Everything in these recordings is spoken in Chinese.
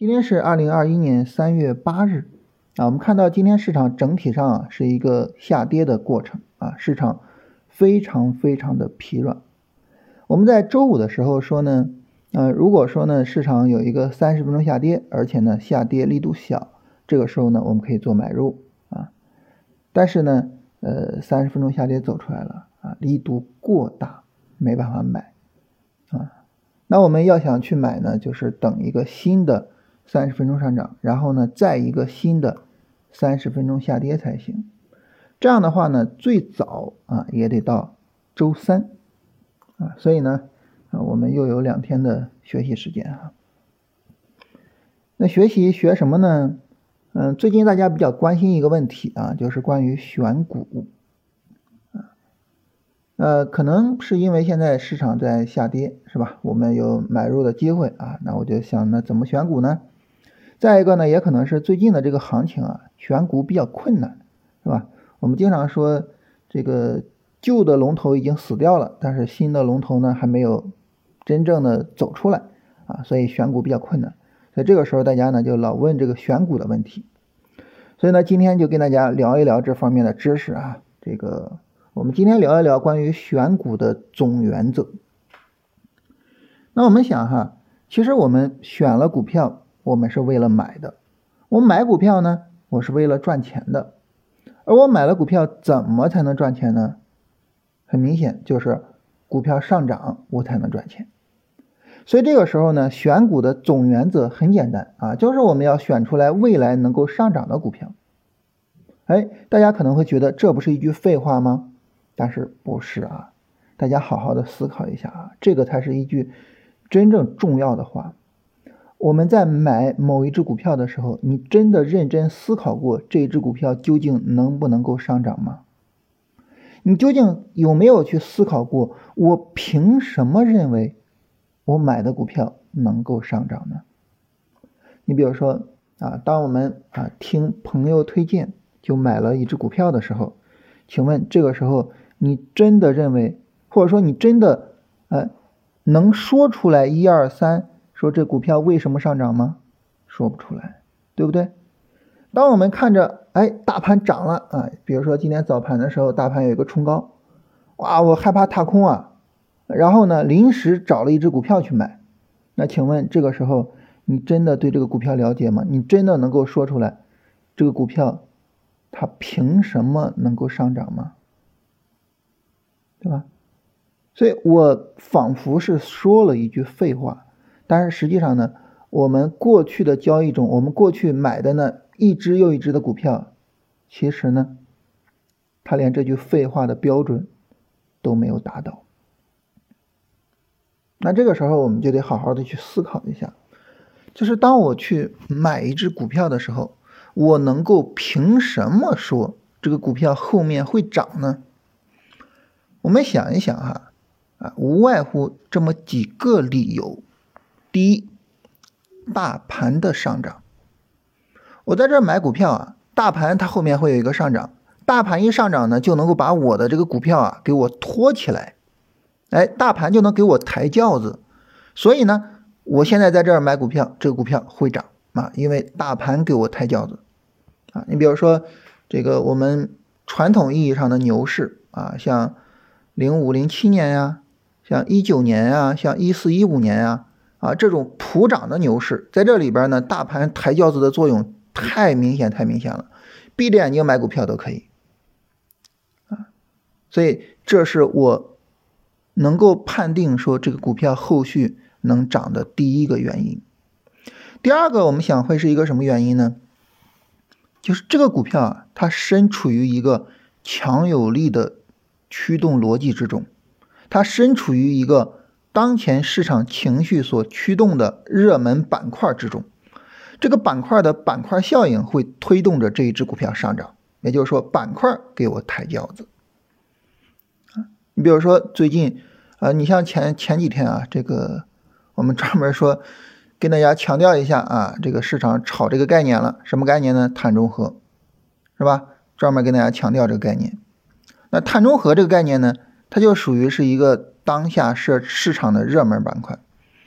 今天是2021年3月8日我们看到今天市场整体上是一个下跌的过程市场非常的疲软。我们在周五的时候说呢，如果说呢市场有一个30分钟下跌，而且呢下跌力度小，这个时候呢我们可以做买入但是呢30分钟下跌走出来了力度过大，没办法买那我们要想去买呢，就是等一个新的30分钟上涨，然后呢再一个新的30分钟下跌才行。这样的话呢最早也得到周三所以呢我们又有2天的学习时间那学什么呢？最近大家比较关心一个问题就是关于选股可能是因为现在市场在下跌，是吧？我们有买入的机会那我就想那怎么选股呢？再一个呢，也可能是最近的这个行情选股比较困难，是吧？我们经常说这个旧的龙头已经死掉了，但是新的龙头呢还没有真正的走出来所以选股比较困难。所以这个时候大家呢就老问这个选股的问题。所以呢今天就跟大家聊一聊这方面的知识我们今天聊一聊关于选股的总原则。那我们想其实我们选了股票，我们是为了买的。我买股票呢，我是为了赚钱的。而我买了股票怎么才能赚钱呢？很明显就是股票上涨我才能赚钱。所以这个时候呢，选股的总原则很简单就是我们要选出来未来能够上涨的股票。大家可能会觉得这不是一句废话吗？但是不是大家好好的思考一下这个才是一句真正重要的话。我们在买某一只股票的时候，你真的认真思考过这只股票究竟能不能够上涨吗？你究竟有没有去思考过，我凭什么认为我买的股票能够上涨呢？你比如说当我们听朋友推荐就买了一只股票的时候，请问这个时候你真的认为，或者说你真的能说出来1、2、3说这股票为什么上涨吗？说不出来，对不对？当我们看着大盘涨了比如说今天早盘的时候大盘有一个冲高，我害怕踏空然后呢临时找了一只股票去买。那请问这个时候你真的对这个股票了解吗？你真的能够说出来这个股票它凭什么能够上涨吗？对吧？所以我仿佛是说了一句废话，但是实际上呢，我们过去的交易中，我们过去买的呢一只又一只的股票，其实呢它连这句废话的标准都没有达到。那这个时候我们就得好好的去思考一下，就是当我去买一只股票的时候，我能够凭什么说这个股票后面会涨呢？我们想一想无外乎这么几个理由。第一，大盘的上涨。我在这买股票大盘它后面会有一个上涨，大盘一上涨呢，就能够把我的这个股票给我拖起来，大盘就能给我抬轿子。所以呢，我现在在这儿买股票，这个股票会涨因为大盘给我抬轿子你比如说这个我们传统意义上的牛市像05、07年像19年像14、15年这种普涨的牛市，在这里边呢，大盘抬轿子的作用太明显了，闭着眼睛买股票都可以所以这是我能够判定说这个股票后续能涨的第一个原因。第二个我们想会是一个什么原因呢？就是这个股票它身处于一个强有力的驱动逻辑之中，它身处于一个当前市场情绪所驱动的热门板块之中，这个板块的板块效应会推动着这一只股票上涨，也就是说板块给我抬轿子你比如说最近你像前几天这个我们专门说跟大家强调一下这个市场炒这个概念了，什么概念呢？碳中和，是吧？专门跟大家强调这个概念。那碳中和这个概念呢，它就属于是一个当下市场的热门板块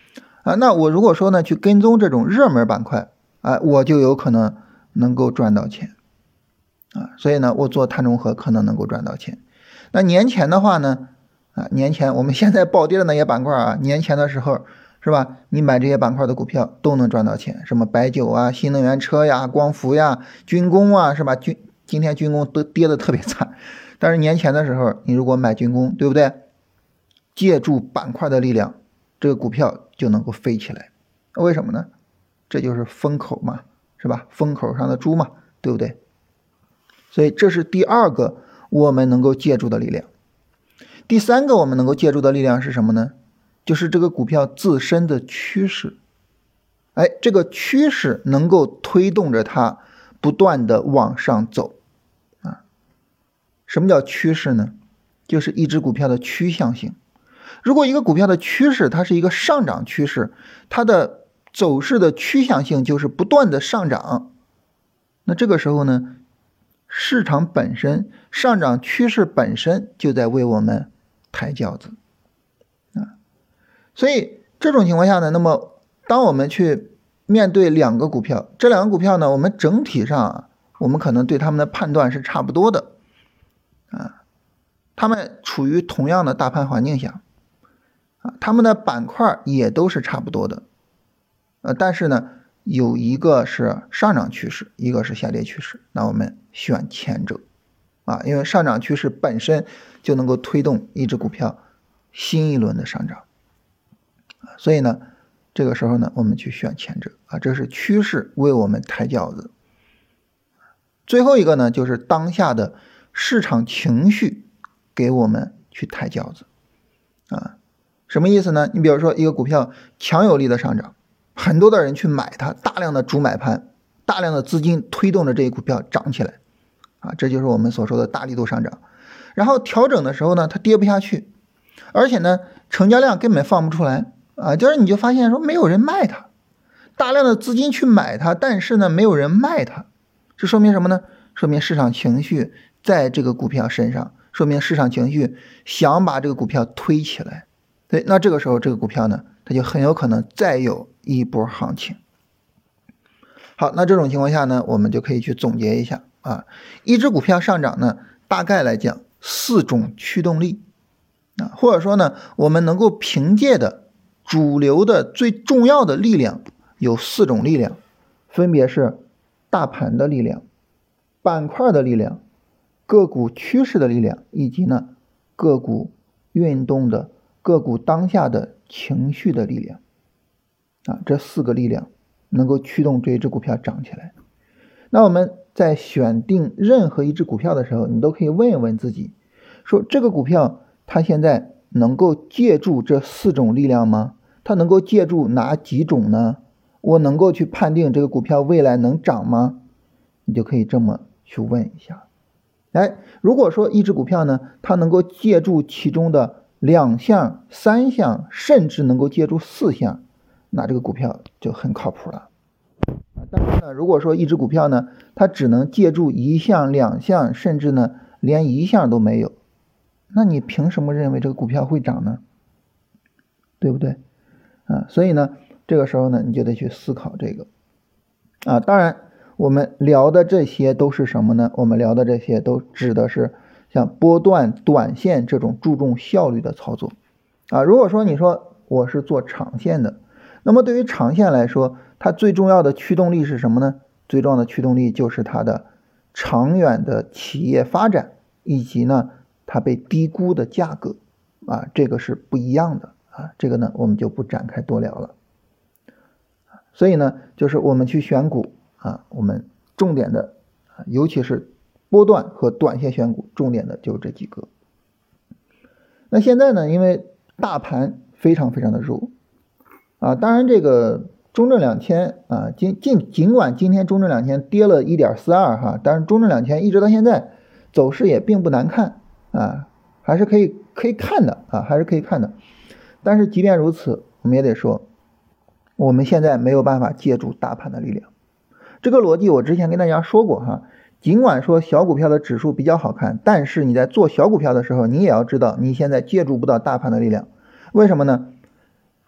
啊。那我如果说呢去跟踪这种热门板块啊，我就有可能能够赚到钱啊。所以呢，我做碳中和可能能够赚到钱。那年前的话呢，啊，年前我们现在暴跌的那些板块啊，年前的时候是吧？你买这些板块的股票都能赚到钱，什么白酒啊、新能源车呀、光伏呀、军工啊，是吧？今天军工都跌得特别惨，但是年前的时候，你如果买军工，对不对？借助板块的力量，这个股票就能够飞起来。为什么呢？这就是风口嘛，是吧？风口上的猪嘛，对不对？所以这是第二个我们能够借助的力量。第三个我们能够借助的力量是什么呢？就是这个股票自身的趋势。哎，这个趋势能够推动着它不断的往上走啊。什么叫趋势呢？就是一只股票的趋向性。如果一个股票的趋势它是一个上涨趋势，它的走势的趋向性就是不断的上涨，那这个时候呢，市场本身上涨趋势本身就在为我们抬轿子啊。所以这种情况下呢，那么当我们去面对两个股票，这两个股票呢，我们整体上我们可能对他们的判断是差不多的啊，他们处于同样的大盘环境下啊，他们的板块也都是差不多的，但是呢，有一个是上涨趋势，一个是下跌趋势，那我们选前者啊，因为上涨趋势本身就能够推动一只股票新一轮的上涨，所以呢，这个时候呢，我们去选前者啊，这是趋势为我们抬轿子。最后一个呢，就是当下的市场情绪给我们去抬轿子啊。什么意思呢？你比如说一个股票强有力的上涨，很多的人去买它，大量的主买盘，大量的资金推动着这一股票涨起来啊，这就是我们所说的大力度上涨。然后调整的时候呢，它跌不下去，而且呢，成交量根本放不出来啊，就是你就发现说没有人卖它，大量的资金去买它，但是呢，没有人卖它，这说明什么呢？说明市场情绪在这个股票身上，说明市场情绪想把这个股票推起来。对，那这个时候这个股票呢，它就很有可能再有一波行情。好，那这种情况下呢，我们就可以去总结一下啊，一只股票上涨呢，大概来讲4种驱动力啊，或者说呢，我们能够凭借的主流的最重要的力量有4种力量，分别是大盘的力量、板块的力量、个股趋势的力量，以及呢个股运动的个股当下的情绪的力量啊，这4个力量能够驱动这一只股票涨起来。那我们在选定任何一只股票的时候，你都可以问一问自己，说这个股票它现在能够借助这4种力量吗？它能够借助哪几种呢？我能够去判定这个股票未来能涨吗？你就可以这么去问一下。哎，如果说一只股票呢，它能够借助其中的2项、3项，甚至能够借助4项，那这个股票就很靠谱了。但是呢，如果说一只股票呢，它只能借助1项、2项，甚至呢连1项都没有，那你凭什么认为这个股票会涨呢？对不对？所以呢，这个时候呢，你就得去思考这个啊。当然，我们聊的这些都是什么呢？我们聊的这些都指的是像波段、短线这种注重效率的操作啊。如果说你说我是做长线的，那么对于长线来说，它最重要的驱动力是什么呢？最重要的驱动力就是它的长远的企业发展，以及呢它被低估的价格啊，这个是不一样的啊。这个呢我们就不展开多聊了。所以呢，就是我们去选股啊，我们重点的，尤其是波段和短线选股，重点的就是这几个。那现在呢，因为大盘非常非常的弱啊，当然这个中证2000啊，尽管今天中证2000跌了 1.42 哈，但是中证2000一直到现在走势也并不难看啊，还是可以看的啊，还是可以看的。但是即便如此，我们也得说，我们现在没有办法借助大盘的力量。这个逻辑我之前跟大家说过哈，尽管说小股票的指数比较好看，但是你在做小股票的时候，你也要知道你现在借助不到大盘的力量。为什么呢？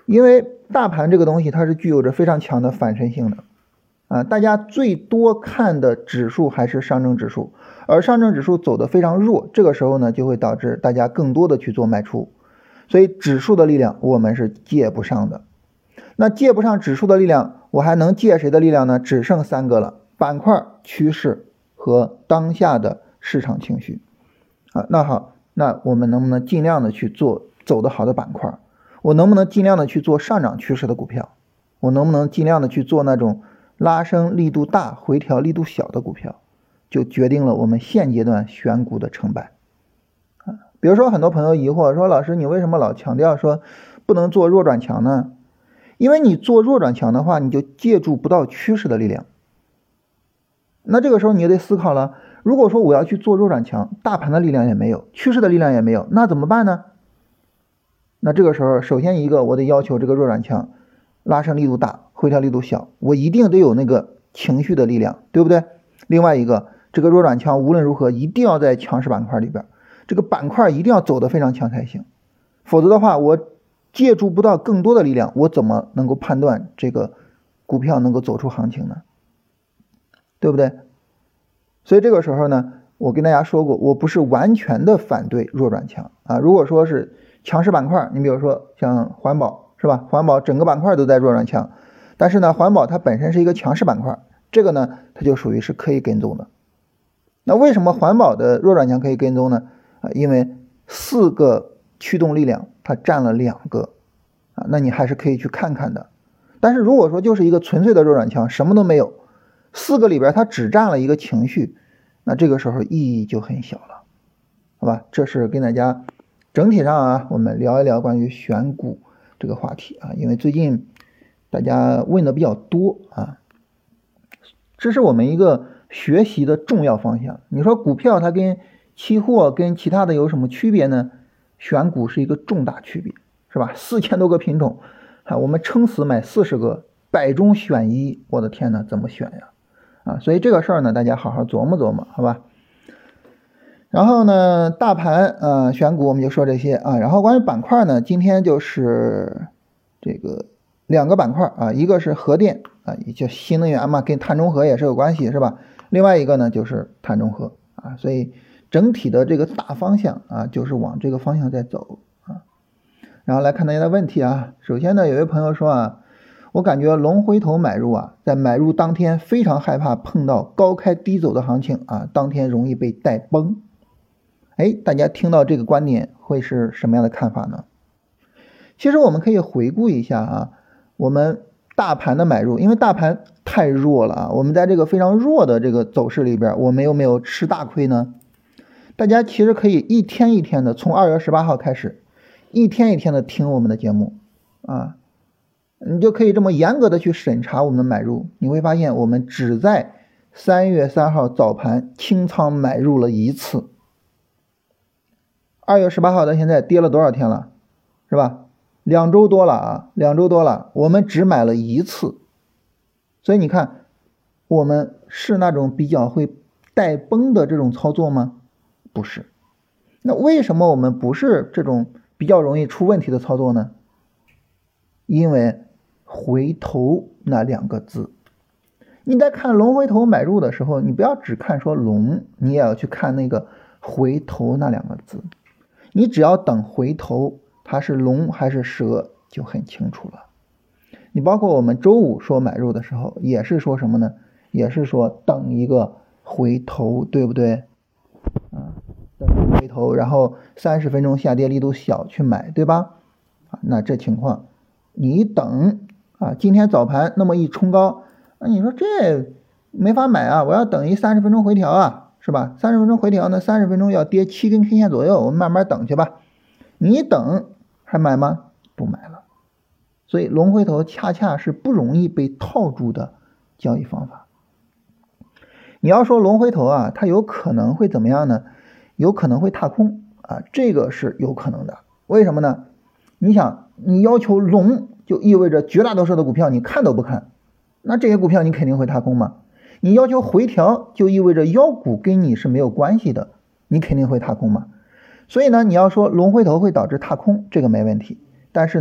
因为大盘这个东西它是具有着非常强的反身性的啊，大家最多看的指数还是上证指数，而上证指数走得非常弱，这个时候呢就会导致大家更多的去做卖出，所以指数的力量我们是借不上的。那借不上指数的力量，我还能借谁的力量呢？只剩3个了：板块、趋势和当下的市场情绪啊。那好，那我们能不能尽量的去做走得好的板块？我能不能尽量的去做上涨趋势的股票？我能不能尽量的去做那种拉升力度大、回调力度小的股票？就决定了我们现阶段选股的成败啊。比如说很多朋友疑惑说，老师你为什么老强调说不能做弱转强呢？因为你做弱转强的话，你就借助不到趋势的力量。那这个时候你就得思考了，如果说我要去做弱转强，大盘的力量也没有，趋势的力量也没有，那怎么办呢？那这个时候首先一个，我得要求这个弱转强拉升力度大，回调力度小，我一定得有那个情绪的力量，对不对？另外一个，这个弱转强无论如何一定要在强势板块里边，这个板块一定要走得非常强才行，否则的话我借助不到更多的力量，我怎么能够判断这个股票能够走出行情呢？对不对？所以这个时候呢，我跟大家说过，我不是完全的反对弱转强啊。如果说是强势板块，你比如说像环保是吧？环保整个板块都在弱转强，但是呢，环保它本身是一个强势板块，这个呢，它就属于是可以跟踪的。那为什么环保的弱转强可以跟踪呢？因为4个驱动力量它占了2个啊，那你还是可以去看看的。但是如果说就是一个纯粹的弱转强，什么都没有，4个里边它只占了一个情绪，那这个时候意义就很小了，好吧？这是跟大家整体上啊，我们聊一聊关于选股这个话题啊，因为最近大家问的比较多啊，这是我们一个学习的重要方向。你说股票它跟期货跟其他的有什么区别呢？选股是一个重大区别，是吧？4000多个品种啊，我们撑死买40个，100中选1，我的天哪，怎么选呀？啊，所以这个事儿呢，大家好好琢磨琢磨，好吧？然后呢，大盘选股我们就说这些啊。然后关于板块呢，今天就是这个2个板块啊，一个是核电啊，也就新能源嘛，跟碳中和也是有关系，是吧？另外一个呢就是碳中和啊，所以整体的这个大方向啊，就是往这个方向在走啊。然后来看大家的问题啊，首先呢，有位朋友说啊，我感觉龙回头买入啊，在买入当天非常害怕碰到高开低走的行情啊，当天容易被带崩。哎，大家听到这个观点会是什么样的看法呢？其实我们可以回顾一下啊，我们大盘的买入，因为大盘太弱了啊，我们在这个非常弱的这个走势里边，我们有没有吃大亏呢？大家其实可以一天一天的，从2月18号开始，一天一天的听我们的节目啊，你就可以这么严格的去审查我们的买入，你会发现我们只在3月3号早盘清仓买入了1次。2月18号到现在跌了多少天了，是吧？2周多了啊，2周多了，我们只买了1次。所以你看，我们是那种比较会带崩的这种操作吗？不是。那为什么我们不是这种比较容易出问题的操作呢？因为回头那2个字。你在看龙回头买入的时候，你不要只看说龙，你也要去看那个回头那2个字。你只要等回头，它是龙还是蛇就很清楚了。你包括我们周五说买入的时候，也是说什么呢？也是说等一个回头，对不对？啊，等一个回头，然后30分钟下跌力度小去买，对吧？啊，那这情况你一等啊，今天早盘那么一冲高，那你说这没法买啊，我要等一30分钟回调啊。是吧？30分钟回调呢，30分钟要跌7根 K 线左右，我们慢慢等去吧。你一等还买吗？不买了。所以龙回头恰恰是不容易被套住的交易方法。你要说龙回头啊，它有可能会怎么样呢？有可能会踏空啊，这个是有可能的。为什么呢？你想，你要求龙，就意味着绝大多数的股票你看都不看，那这些股票你肯定会踏空吗？你要求回调，就意味着妖股跟你是没有关系的，你肯定会踏空嘛。所以呢，你要说龙回头会导致踏空，这个没问题。但是呢，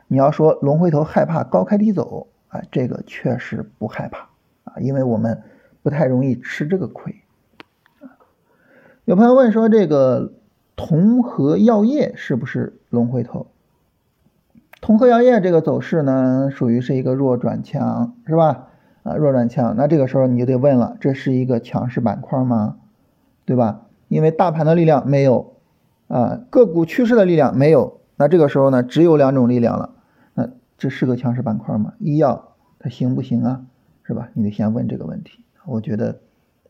你要说龙回头害怕高开低走啊，这个确实不害怕啊，因为我们不太容易吃这个亏。有朋友问说这个同和药业是不是龙回头？同和药业这个走势呢，属于是一个弱转强，是吧？弱转强，那这个时候你就得问了，这是一个强势板块吗？对吧？因为大盘的力量没有，个股趋势的力量没有，那这个时候呢，只有两种力量了。那这是个强势板块吗？医药它行不行啊？是吧？你得先问这个问题。我觉得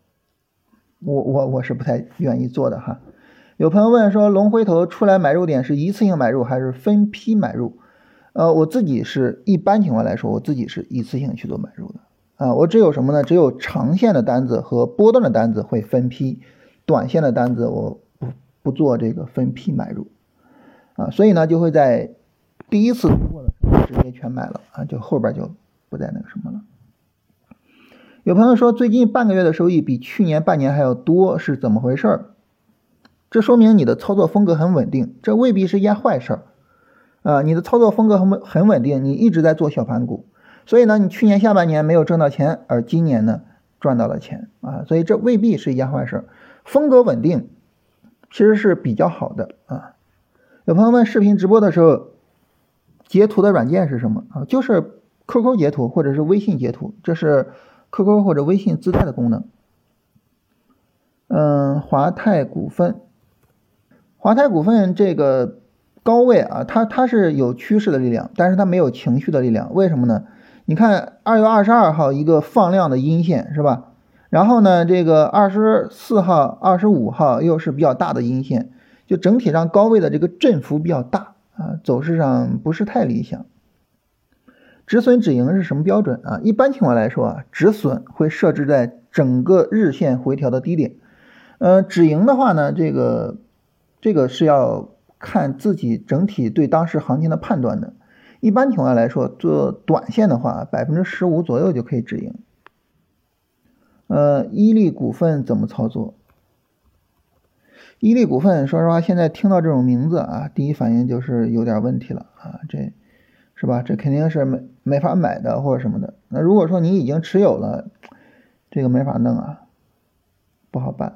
我是不太愿意做的哈。有朋友问说，龙回头出来买入点是一次性买入还是分批买入？我自己是一般情况来说，我自己是一次性去做买入的。我只有什么呢？只有长线的单子和波段的单子会分批，短线的单子我不做这个分批买入所以呢就会在第一次突破的时候直接全买了就后边就不再那个什么了。有朋友说最近半个月的收益比去年半年还要多，是怎么回事？这说明你的操作风格很稳定，这未必是一件坏事你的操作风格很稳定，你一直在做小盘股，所以呢你去年下半年没有挣到钱，而今年呢赚到了钱所以这未必是一件坏事。风格稳定其实是比较好的有朋友问视频直播的时候截图的软件是什么就是 QQ 截图或者是微信截图，这是 QQ 或者微信自带的功能。华泰股份这个高位它是有趋势的力量，但是它没有情绪的力量。为什么呢？你看2月22号一个放量的阴线是吧？然后呢这个24号25号又是比较大的阴线，就整体上高位的这个振幅比较大走势上不是太理想。止损止盈是什么标准一般情况来说止损会设置在整个日线回调的低点。止盈的话呢，这个是要看自己整体对当时行情的判断的。一般情况来说，做短线的话，15%左右就可以止盈。伊利股份怎么操作？伊利股份说实话现在听到这种名字第一反应就是有点问题了这是吧？这肯定是没法买的或者什么的。那如果说你已经持有了，这个没法弄不好办。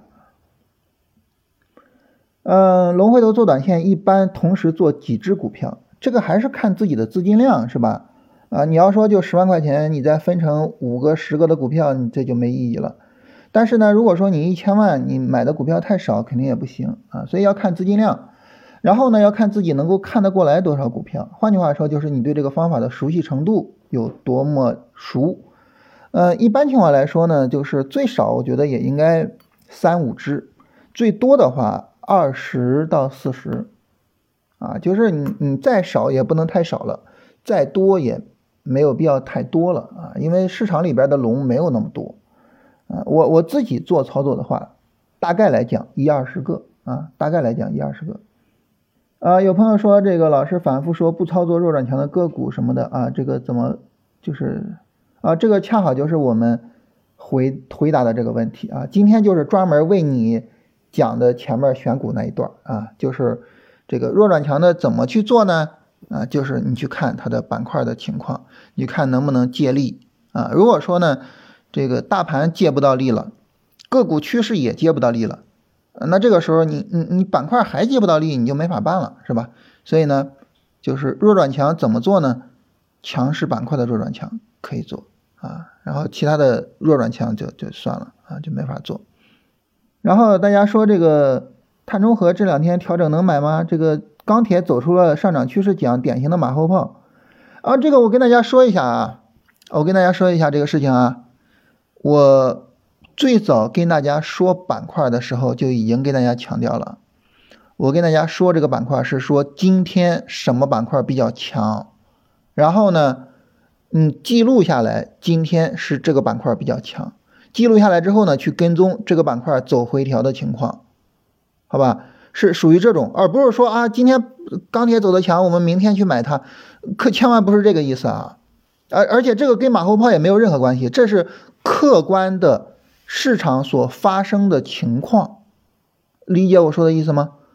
龙回头做短线一般同时做几只股票，这个还是看自己的资金量是吧？你要说就10万块钱你再分成5个10个的股票，你这就没意义了。但是呢如果说你1000万你买的股票太少肯定也不行所以要看资金量，然后呢要看自己能够看得过来多少股票。换句话说就是你对这个方法的熟悉程度有多么熟。一般情况来说呢，就是最少我觉得也应该3、5只，最多的话20到40就是你再少也不能太少了，再多也没有必要太多了因为市场里边的龙没有那么多我自己做操作的话，大概来讲1-20个大概来讲1-20个有朋友说这个老师反复说不操作弱转强的个股什么的这个怎么就是这个恰好就是我们回答的这个问题今天就是专门为你讲的前面选股那一段就是这个弱转强的怎么去做呢就是你去看它的板块的情况，你看能不能借力如果说呢这个大盘借不到力了，个股趋势也借不到力了，那这个时候你板块还借不到力，你就没法办了是吧？所以呢就是弱转强怎么做呢？强势板块的弱转强可以做然后其他的弱转强就算了就没法做。然后大家说这个碳中和这2天调整能买吗？这个钢铁走出了上涨趋势奖，典型的马后炮这个我跟大家说一下这个事情我最早跟大家说板块的时候就已经跟大家强调了，我跟大家说这个板块是说今天什么板块比较强，然后呢记录下来今天是这个板块比较强，记录下来之后呢去跟踪这个板块走回调的情况，好吧？是属于这种，而不是说今天钢铁走的强我们明天去买它，可千万不是这个意思而且这个跟马后炮也没有任何关系，这是客观的市场所发生的情况，理解我说的意思吗？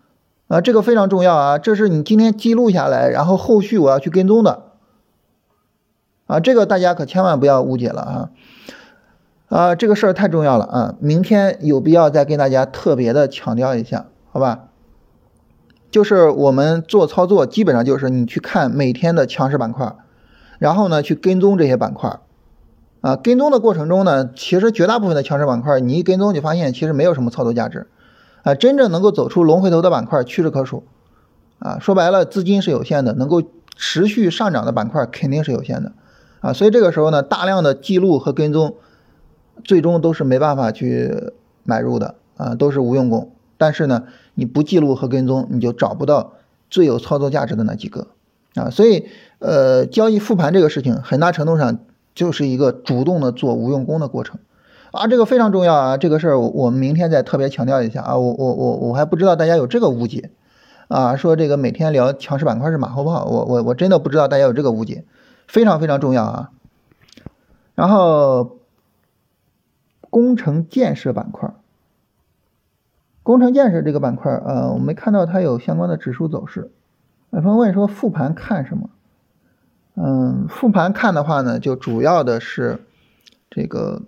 这个非常重要啊，这是你今天记录下来，然后后续我要去跟踪的这个大家可千万不要误解了这个事儿太重要了明天有必要再跟大家特别的强调一下，好吧？就是我们做操作基本上就是你去看每天的强势板块，然后呢去跟踪这些板块跟踪的过程中呢，其实绝大部分的强势板块你一跟踪就发现其实没有什么操作价值真正能够走出龙回头的板块屈指可数说白了资金是有限的，能够持续上涨的板块肯定是有限的所以这个时候呢，大量的记录和跟踪最终都是没办法去买入的都是无用功。但是呢，你不记录和跟踪，你就找不到最有操作价值的那几个所以交易复盘这个事情很大程度上就是一个主动的做无用功的过程这个非常重要这个事儿我们明天再特别强调一下我还不知道大家有这个误解说这个每天聊强势板块是马后炮，我真的不知道大家有这个误解，非常非常重要然后工程建设板块，工程建设这个板块我没看到它有相关的指数走势。有朋友问说复盘看什么？复盘看的话呢，就主要的是这个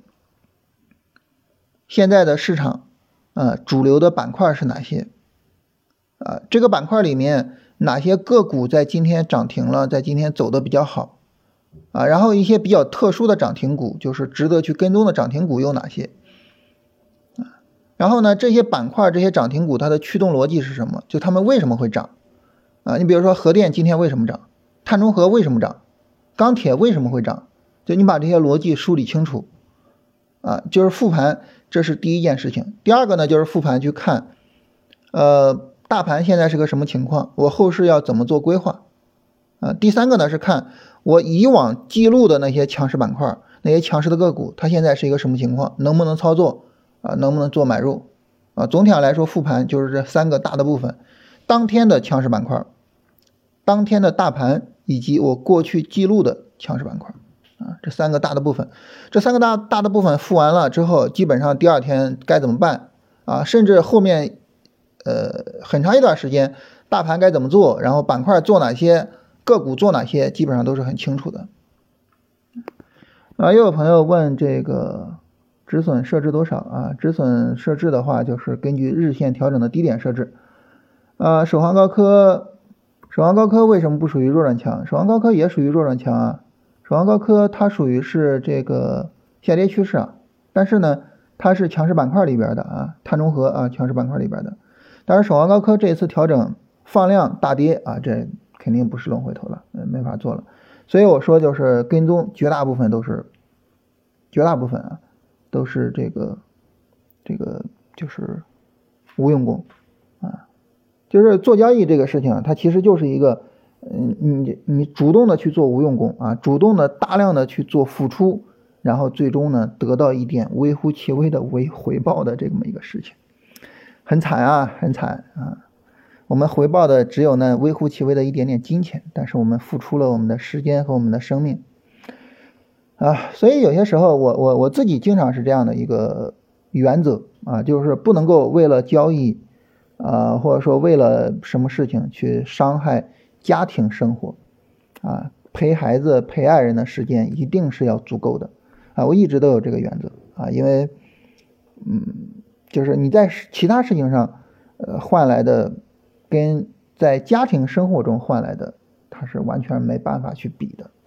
现在的市场主流的板块是哪些这个板块里面哪些个股在今天涨停了，在今天走的比较好然后一些比较特殊的涨停股，就是值得去跟踪的涨停股有哪些然后呢，这些板块这些涨停股它的驱动逻辑是什么？就它们为什么会涨你比如说核电今天为什么涨，碳中和为什么涨，钢铁为什么会涨，就你把这些逻辑梳理清楚就是复盘，这是第一件事情。第二个呢，就是复盘去看大盘现在是个什么情况，我后市要怎么做规划第三个呢，是看我以往记录的那些强势板块，那些强势的个股它现在是一个什么情况，能不能操作能不能做买入总体上来说，复盘就是这三个大的部分：当天的强势板块，当天的大盘，以及我过去记录的强势板块这三个大的部分。这三个大的部分复完了之后，基本上第二天该怎么办甚至后面很长一段时间大盘该怎么做，然后板块做哪些，个股做哪些，基本上都是很清楚的又有朋友问这个止损设置多少止损设置的话就是根据日线调整的低点设置首航高科为什么不属于弱转强？首航高科也属于弱转强首航高科它属于是这个下跌趋势但是呢它是强势板块里边的碳中和强势板块里边的。但是首航高科这一次调整放量大跌这肯定不是龙回头了没法做了。所以我说就是跟踪绝大部分都是这个就是无用功就是做交易这个事情它其实就是一个你主动的去做无用功主动的大量的去做付出，然后最终呢得到一点微乎其微的回报的这么一个事情，很惨很惨我们回报的只有那微乎其微的一点点金钱，但是我们付出了我们的时间和我们的生命所以有些时候我自己经常是这样的一个原则就是不能够为了交易或者说为了什么事情去伤害家庭生活陪孩子陪爱人的时间一定是要足够的我一直都有这个原则因为就是你在其他事情上换来的跟在家庭生活中换来的它是完全没办法去比的